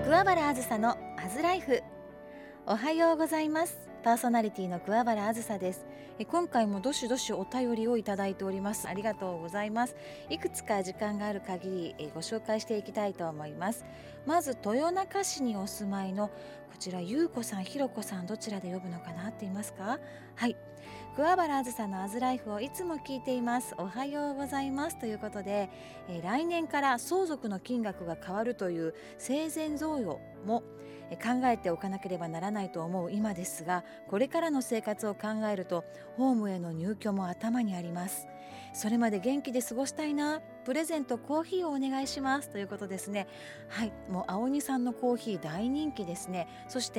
桑原あずさのアズライフ。おはようございます。パーソナリティの桑原あずさです。今回もどしどしお便りをいただいております。ありがとうございます。いくつか時間がある限りご紹介していきたいと思います。まず豊中市にお住まいのこちらゆうこさん、ひろこさん、どちらで呼ぶのかなって言いますか。はい、桑原あずさのアズライフをいつも聞いています。おはようございますということで、来年から相続の金額が変わるという生前贈与も考えておかなければならないと思う今ですが、これからの生活を考えるとホームへの入居も頭にあります。それまで元気で過ごしたいな。プレゼントコーヒーをお願いしますということですね。はい、もう青鬼さんのコーヒー大人気ですね。そして、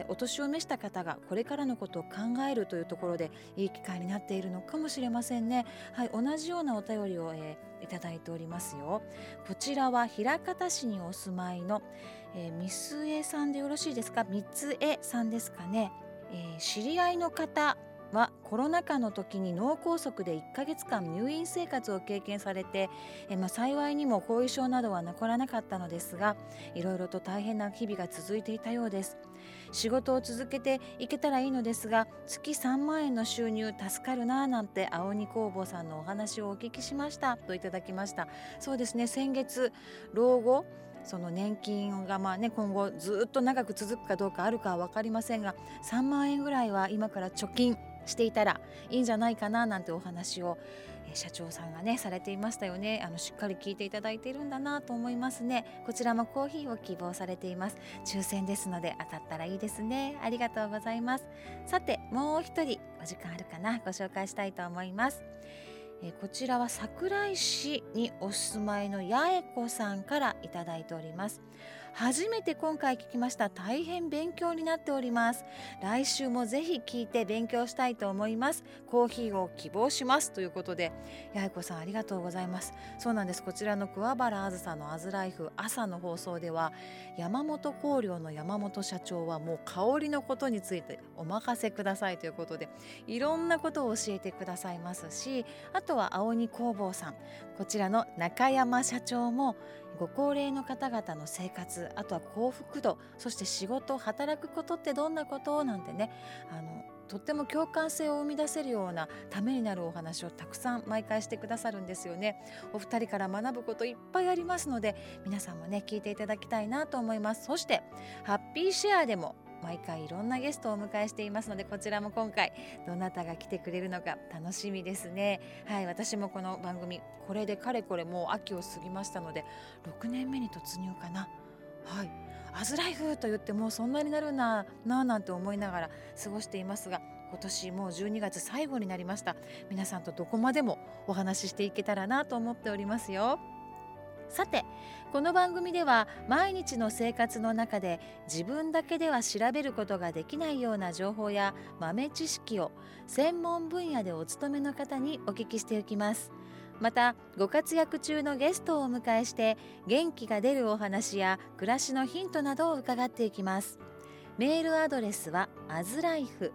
お年を召した方がこれからのことを考えるというところでいい機会になっているのかもしれませんね。はい、同じようなお便りを、いただいておりますよ。こちらは枚方市にお住まいの、みすえさんでよろしいですか。みつえさんですかね。知り合いの方はコロナ禍の時に脳梗塞で1ヶ月間入院生活を経験されて、幸いにも後遺症などは残らなかったのですが、いろいろと大変な日々が続いていたようです。仕事を続けていけたらいいのですが、月3万円の収入助かるなぁなんて青鬼工房さんのお話をお聞きしましたといただきました。そうですね、先月老後その年金が今後ずっと長く続くかどうかあるかは分かりませんが、3万円ぐらいは今から貯金していたらいいんじゃないかななんてお話を、社長さんがねされていましたよね。しっかり聞いていただいているんだなと思いますね。こちらもコーヒーを希望されています。抽選ですので当たったらいいですね。ありがとうございます。さてもう一人お時間あるかな、ご紹介したいと思います。こちらは桜井市にお住まいの八重子さんからいただいております。初めて今回聞きました。大変勉強になっております。来週もぜひ聞いて勉強したいと思います。コーヒーを希望しますということで、八重子さんありがとうございます。そうなんです。こちらの桑原あずさのアズライフ朝の放送では、山本香料の山本社長はもう香りのことについてお任せくださいということで、いろんなことを教えてくださいますし、あとは青鬼工房さん、こちらの中山社長もご高齢の方々の生活、あとは幸福度、そして仕事、働くことってどんなことなんてね、とっても共感性を生み出せるようなためになるお話をたくさん毎回してくださるんですよね。お二人から学ぶこといっぱいありますので、皆さんもね聞いていただきたいなと思います。そしてハッピーシェアでも毎回いろんなゲストをお迎えしていますので、こちらも今回どなたが来てくれるのか楽しみですね。はい、私もこの番組これでかれこれもう秋を過ぎましたので6年目に突入かな。はい、アズライフと言ってもうそんなになるななんて思いながら過ごしていますが、今年もう12月最後になりました。皆さんとどこまでもお話ししていけたらなと思っておりますよ。さてこの番組では毎日の生活の中で自分だけでは調べることができないような情報や豆知識を専門分野でお勤めの方にお聞きしていきます。またご活躍中のゲストをお迎えして元気が出るお話や暮らしのヒントなどを伺っていきます。メールアドレスはazlife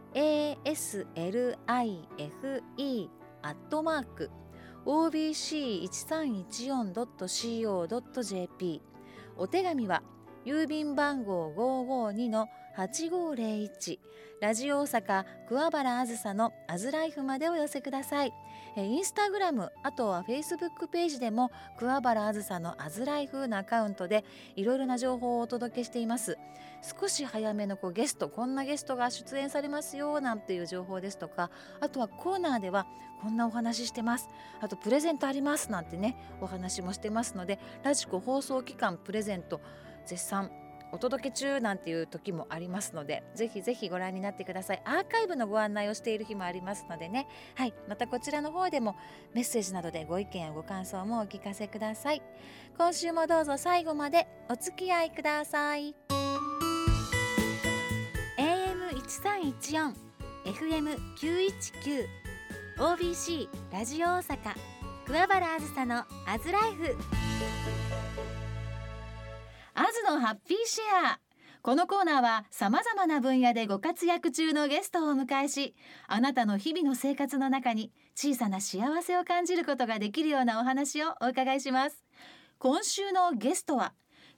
aslife obc1314.co.jp、 お手紙は郵便番号 552-8501 ラジオ大阪桑原あずさのアズライフまでお寄せください。インスタグラム、あとはフェイスブックページでも桑原あずさのアズライフのアカウントでいろいろな情報をお届けしています。少し早めのゲスト、こんなゲストが出演されますよなんていう情報ですとか、あとはコーナーではこんなお話してます、あとプレゼントありますなんてねお話もしてますので、ラジコ放送期間プレゼント絶賛お届け中なんていう時もありますので、ぜひぜひご覧になってください。アーカイブのご案内をしている日もありますのでね。はい、またこちらの方でもメッセージなどでご意見やご感想もお聞かせください。今週もどうぞ最後までお付き合いください。 AM1314 FM919 OBC ラジオ大阪桑原あずさのアズライフ、アズのハッピーシェア。このコーナーは様々な分野でご活躍中のゲストをお迎えし、あなたの日々の生活の中に小さな幸せを感じることができるようなお話をお伺いします。今週のゲストは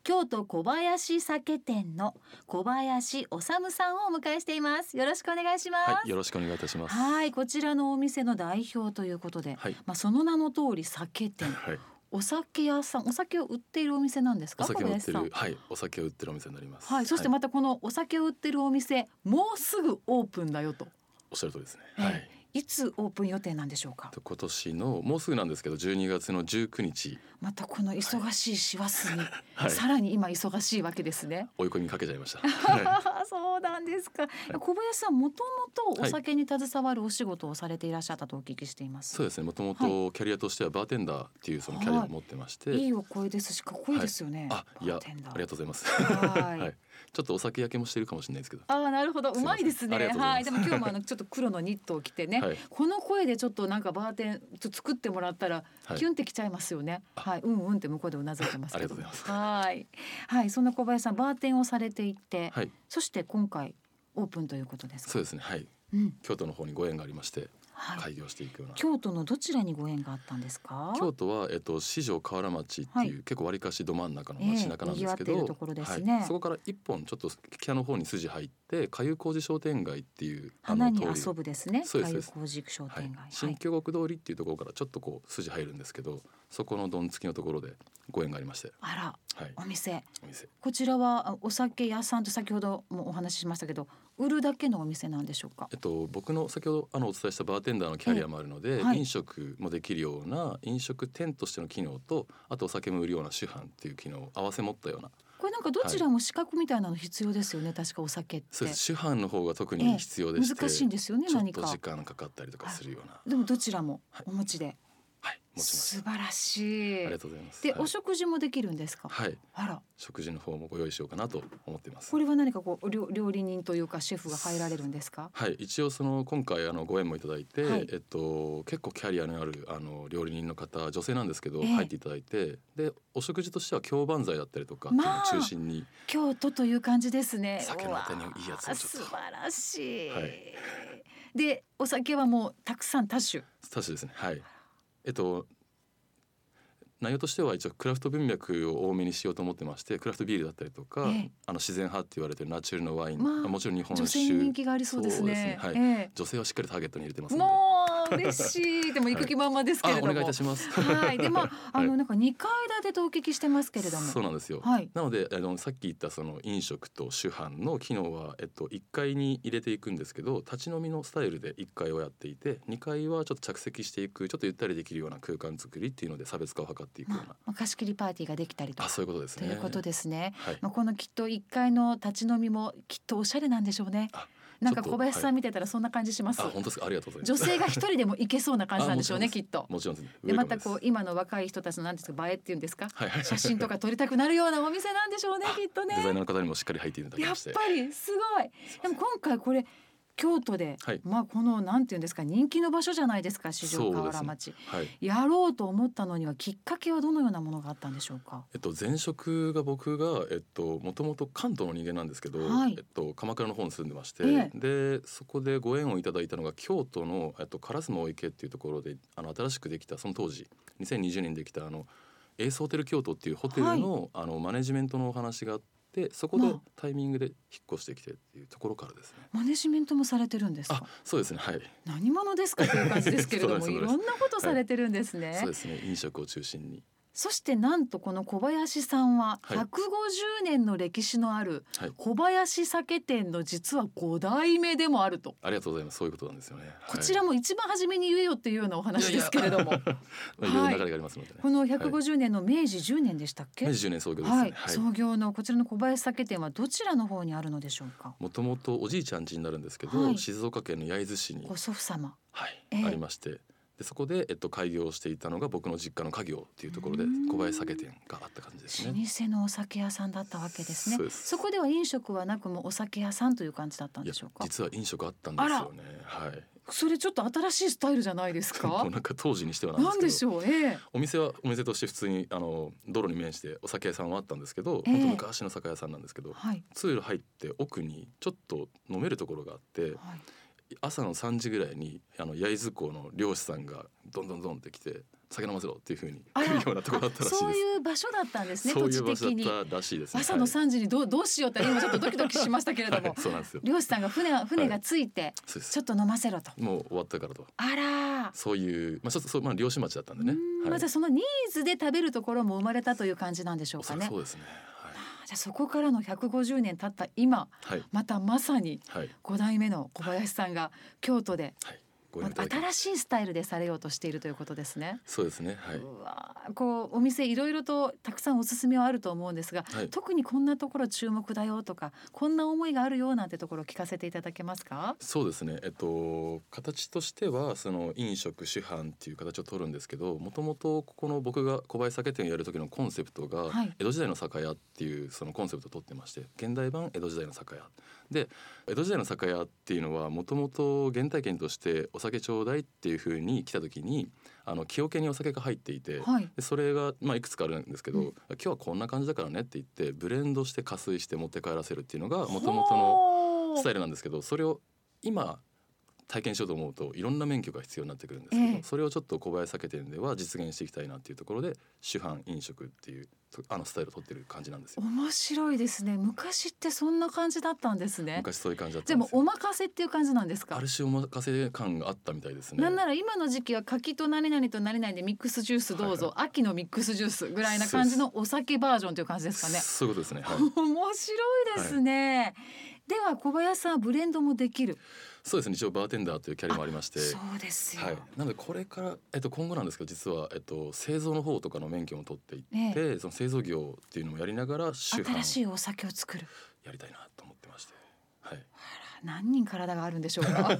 京都小林酒店の小林修さんをお迎えしています。よろしくお願いします。 はい、よろしくお願いいたします。 はい、こちらのお店の代表ということで、 はい、 その名の通り酒店、 はい、 お酒屋さん、お酒を売っているお店なんですか？ お酒を売って小林る、はい、お酒を売ってるお店になります。 さん。はい、そしてまたこのお酒を売ってるお店、もうすぐオープンだよと。 おっしゃるとりですね。はい。 いつオープン予定なんでしょうか？ 今年のもうすぐなんですけど、12月の19日。 またこの忙しい師走に、 はい、 さらに今忙しいわけですね。 追い込みかけちゃいました。 そうなんですか。小林さん、もともとお酒に携わるお仕事をされていらっしゃったとお聞きしています。 そうですね。もともとキャリアとしてはバーテンダーっていうそのキャリアを持ってまして、 いいお声ですし、かっこいいですよね。 いや、ありがとうございます。 はいはい。ちょっとお酒焼けもしてるかもしれないですけど。 なるほど、うまいですね。はい、でも今日もちょっと黒のニットを着てね、 はい、 この声でちょっとなんかバーテンちょっと作ってもらったら、キュンってきちゃいますよね。はい、うんうんって向こうでうなずいてますけど。 ありがとうございます。 はい、はい、そんな小林さん、バーテンをされていて、 はい、 そして今回オープンということですか？ そうですね。はい。京都の方にご縁がありまして、開業していくような。 京都のどちらにご縁があったんですか？ 京都は四条河原町っていう、結構わりかしど真ん中の町中なんですけど、 ところですね。 そこから一本ちょっと北の方に筋入って加湯小路商店街っていう花に遊ぶですね。 そうです、 加湯小路商店街、 新京極通りっていうところからちょっとこう筋入るんですけど、そこのどんつきのところでご縁がありまして。お店こちらはお酒屋さんと先ほどもお話ししましたけど、売るだけのお店なんでしょうか？ 僕の先ほどお伝えしたバーテンダーのキャリアもあるので、飲食もできるような飲食店としての機能と、あとお酒も売るような主販っていう機能を合わせ持ったような。 これなんかどちらも資格みたいなの必要ですよね、確かお酒って。 そうです。主販の方が特に必要でして、 難しいんですよね。何かちょっと時間かかったりとかするような。 でもどちらもお持ちで。 素晴らしい。 ありがとうございます。 で、お食事もできるんですか？ はい。食事の方もご用意しようかなと思っています。 これは何かこう料理人というかシェフが入られるんですか？ はい、一応今回ご縁もいただいて、結構キャリアのある料理人の方、女性なんですけど、入っていただいて、でお食事としては京拌菜だったりとかっていうのを中心に、 京都という感じですね。 酒のあてにいいやつをちょっと。 素晴らしい。でお酒はもうたくさん多種ですね。はい。内容としては一応クラフト文脈を多めにしようと思ってまして、クラフトビールだったりとか、自然派って言われてるナチュラルのワイン、もちろん日本酒、 女性に人気がありそうですね。 女性はしっかりターゲットに入れてますので。 もう嬉しい。でも行く気満々ですけれども、 お願いいたします。 でなんか2階建てとお聞きしてますけれども。 そうなんですよ。なのでさっき言ったその飲食と主販の機能は1階に入れていくんですけど、立ち飲みのスタイルで1階をやっていて、2階はちょっと着席していく、ちょっとゆったりできるような空間作りっていうので差別化を図っていくような。 貸し切りパーティーができたりとか。 そういうことですね。 ということですね。このきっと1階の立ち飲みもきっとおしゃれなんでしょうね。なんか小林さん見てたらそんな感じします。 本当ですか？ありがとうございます。 女性が一人でも行けそうな感じなんでしょうね、きっと。 もちろんです。 でまたこう今の若い人たちのなんですか、映えっていうんですか、写真とか撮りたくなるようなお店なんでしょうね、きっとね。 デザイナーの方にもしっかり入っていただきまして。 やっぱりすごい。でも今回これ京都で、このなんていうんですか、人気の場所じゃないですか、四条河原町、やろうと思ったのにはきっかけはどのようなものがあったんでしょうか？ 前職が僕がもともと関東の人間なんですけど、鎌倉の方に住んでまして、でそこでご縁をいただいたのが京都の烏丸池っていうところで、新しくできた、その当時2020年にできたエースホテル京都っていうホテルの、マネジメントのお話があって、そこでタイミングで引っ越してきてっていうところからですね。 マネジメントもされてるんですか？ そうですね。はい。 何者ですかという感じですけれどもいろんなことされてるんですね。 そうですね。飲食を中心に。 そしてなんとこの小林さんは150年の歴史のある小林酒店の実は5代目でもあると。 ありがとうございます。そういうことなんですよね。 こちらも一番初めに言えよっていうようなお話ですけれども、 いろいろ流れがありますのでね。 この150年の明治10年でしたっけ？ 明治10年創業ですね。 創業のこちらの小林酒店はどちらの方にあるのでしょうか？ もともとおじいちゃん家になるんですけど、静岡県の焼津市にご祖父様ありまして、でそこで開業していたのが僕の実家の家業っていうところで小林酒店があった感じですね。 老舗のお酒屋さんだったわけですね。そこでは飲食はなくもお酒屋さんという感じだったんでしょうか？ 実は飲食あったんですよね。 それちょっと新しいスタイルじゃないですか？ なんか当時にしてはなんですけど、 なんでしょう。 お店はお店として普通に道路に面してお酒屋さんはあったんですけど、本当昔の酒屋さんなんですけど、通路入って奥にちょっと飲めるところがあって、朝の3時ぐらいに焼津港の漁師さんがどんどんって来て、 酒飲ませろっていう風に来るようなところだったらしいです。 そういう場所だったんですね。 そういう場所だったらしいですね。 朝の3時にどうしようって今ちょっとドキドキしましたけれども、 はい、そうなんですよ。 漁師さんが船がついて、ちょっと飲ませろと。 もう終わったからと。 あら、 そういう、ちょっと漁師町だったんでね。 じゃあそのニーズで食べるところも生まれたという感じなんでしょうかね。 そうですね。 じゃあそこからの150年経った今、またまさに5代目の小林さんが京都で、新しいスタイルでされようとしているということですね。 そうですね、はい。 うわ、お店いろいろとたくさんおすすめはあると思うんですが、特にこんなところ注目だよとか、こんな思いがあるよなんてところを聞かせていただけますか？ そうですね、形としてはその飲食主販っていう形を取るんですけど、もともとここの僕が小林酒店をやる時のコンセプトが、江戸時代の酒屋っていうそのコンセプトを取ってまして、現代版江戸時代の酒屋で、江戸時代の酒屋っていうのはもともと原体験としてお酒ちょうだいっていう風に来た時に木桶にお酒が入っていて、でそれがいくつかあるんですけど、今日はこんな感じだからねって言ってブレンドして加水して持って帰らせるっていうのがもともとのスタイルなんですけど、それを今体験しようと思うといろんな免許が必要になってくるんですけど、それをちょっと小林酒店では実現していきたいなっていうところで主販飲食っていうスタイルを取ってる感じなんですよ。 面白いですね。昔ってそんな感じだったんですね。 昔そういう感じだったんですよ。 でもお任せっていう感じなんですか？ ある種お任せ感があったみたいですね。 なんなら今の時期は柿と何々と何々でミックスジュースどうぞ、秋のミックスジュースぐらいな感じのお酒バージョンという感じですかね。 そういうことですね、 面白いですね、では小林さんはブレンドもできる？ そうですね、一応バーテンダーというキャリアもありまして。 そうですよ、 なのでこれから、今後なんですけど、実は、製造の方とかの免許も取っていって、その製造業っていうのもやりながら主販新しいお酒を作るやりたいなと思ってまして、 何人体があるんでしょうか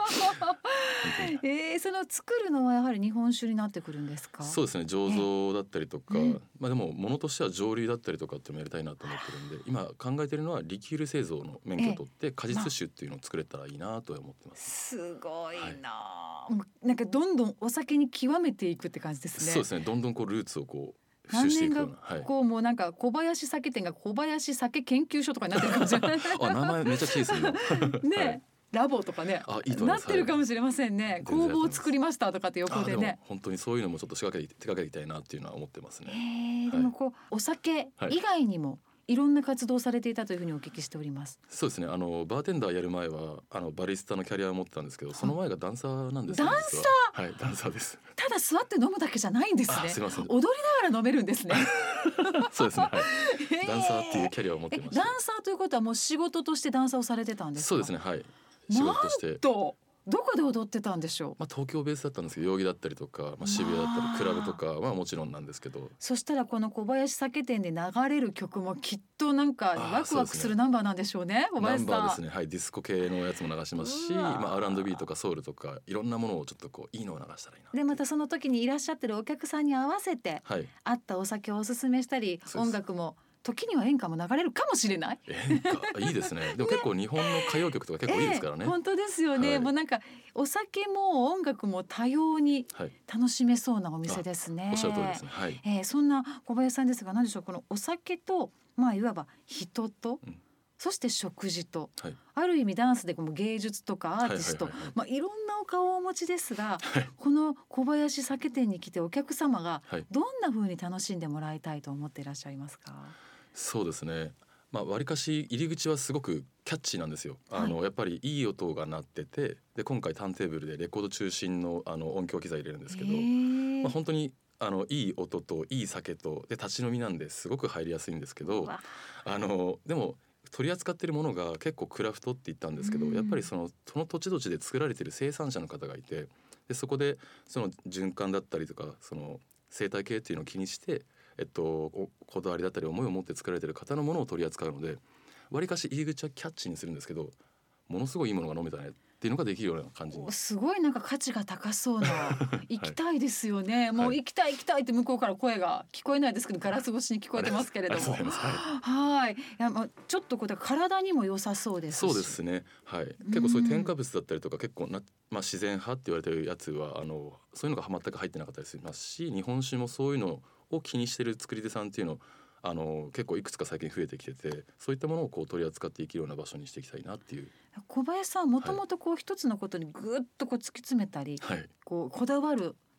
その作るのはやはり日本酒になってくるんですか？ そうですね、醸造だったりとか、でも物としては蒸留だったりとかっていうのもやりたいなと思ってるんで、今考えてるのはリキュール製造の免許を取って果実酒っていうのを作れたらいいなとは思ってます。 すごいな、なんかどんどんお酒に極めていくって感じですね。 そうですね、どんどんルーツを何年がもうなんか小林酒店が小林酒研究所とかになってるかもしれない名前めっちゃ小さいね、ラボとかね、なってるかもしれませんね。工房を作りましたとかって横でね。 本当にそういうのもちょっと手掛けていきたいなっていうのは思ってますね。 でもお酒以外にもいろんな活動されていたというふうにお聞きしております。 そうですね、バーテンダーやる前はバリスタのキャリアを持ってたんですけど、その前がダンサーなんですよ。 ダンサー？ はい、ダンサーです。 ただ座って飲むだけじゃないんですね。 すいません、 踊りながら飲めるんですねそうですね、ダンサーっていうキャリアを持ってました。 ダンサーということはもう仕事としてダンサーをされてたんですか？ そうですね、はい、仕事として。 どこで踊ってたんでしょう？ 東京ベースだったんですけど、代々木だったりとか、渋谷だったりクラブとかはもちろんなんですけど、 そしたらこの小林酒店で流れる曲もきっとなんかワクワクするナンバーなんでしょうね。小林さんナンバーですね、はい、ディスコ系のやつも流しますし、R&B とかソウルとかいろんなものをちょっといいのを流したらいいな。 でまたその時にいらっしゃってるお客さんに合わせて、合ったお酒をおすすめしたり、音楽も時には演歌も流れるかもしれない。 演歌いいですね。でも結構日本の歌謡曲とか結構いいですからね。 本当ですよね、もうなんかお酒も音楽も多様に楽しめそうなお店ですね。 おっしゃる通りですね。 そんな小林さんですが、何でしょう、このお酒といわば人と、そして食事と、ある意味ダンスでも芸術とかアーティスト、いろんなお顔をお持ちですが、この小林酒店に来てお客様がどんな風に楽しんでもらいたいと思っていらっしゃいますか？ そうですね、わりかし入り口はすごくキャッチーなんですよ。やっぱりいい音が鳴ってて、で今回ターンテーブルでレコード中心の音響機材入れるんですけど、本当にいい音といい酒とで立ち飲みなんですごく入りやすいんですけど、でも取り扱っているものが結構クラフトって言ったんですけど、やっぱりその土地土地で作られている生産者の方がいて、でそこでその循環だったりとかその生態系っていうのを気にしてこだわりだったり思いを持って作られている方のものを取り扱うので、わりかし入り口はキャッチにするんですけど、ものすごいいいものが飲めたねっていうのができるような感じに。 すごいなんか価値が高そうな行きたいですよね、もう行きたいって向こうから声が聞こえないですけど、ガラス越しに聞こえてますけれども、いやちょっと体にも良さそうですし。 そうですね、結構そういう添加物だったりとか結構自然派って言われてるやつはそういうのが全く入ってなかったりしますし、日本酒もそういうのを気にしてる作り手さんっていうの結構いくつか最近増えてきてて、そういったものを取り扱っていけるような場所にしていきたいなっていう。 小林さんもともと一つのことにぐっと突き詰めたり、こだわる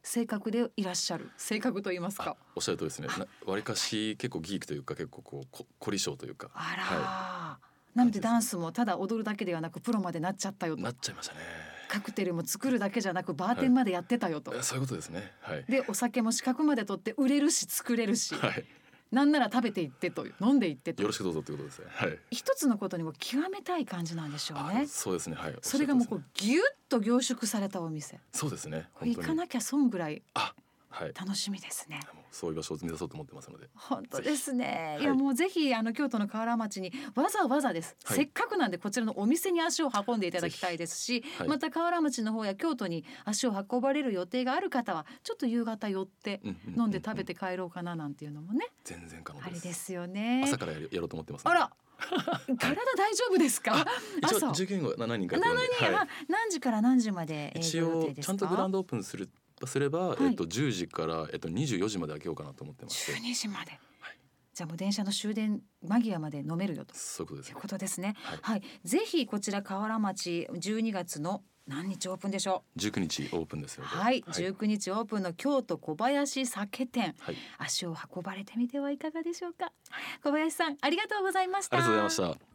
性格でいらっしゃる、性格と言いますか。 おっしゃるとりですね。わりかし結構ギークというか、結構こう凝り性というか。 あら、なのでダンスもただ踊るだけではなくプロまでなっちゃったよと。 なっちゃいましたね。 カクテルも作るだけじゃなくバーテンまでやってたよと、 そういうことですね。 でお酒も資格まで取って売れるし作れるし、なんなら食べていってと飲んでいってと、 よろしくどうぞということですね。 一つのことにも極めたい感じなんでしょうね。 そうですね。 それがもうギュッと凝縮されたお店。 そうですね。 行かなきゃ損ぐらい楽しみですね。 そういう場所を目指そうと思ってますので。 本当ですね。いやもうぜひ京都の河原町にわざわざです、せっかくなんでこちらのお店に足を運んでいただきたいですし、また河原町の方や京都に足を運ばれる予定がある方はちょっと夕方寄って飲んで食べて帰ろうかななんていうのもね、 全然可能です。 あれですよね。 朝からやろうと思ってます。 あら体大丈夫ですか？ 一応従業員が7人か。 何時から何時まで営業予定ですか？ 一応ちゃんとグランドオープンすれば、10時から24時まで開けようかなと思ってまして。 12時まで。じゃあもう電車の終電間際まで飲めるよと。 そういうことですね。ぜひこちら河原町12月の何日オープンでしょう ？19日オープンですので。 19日オープンの京都小林酒店、足を運ばれてみてはいかがでしょうか。小林さんありがとうございました。 ありがとうございました。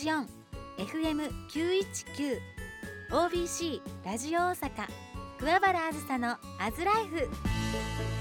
AM1314 FM919 OBC ラジオ大阪桑原あずさのアズライフ。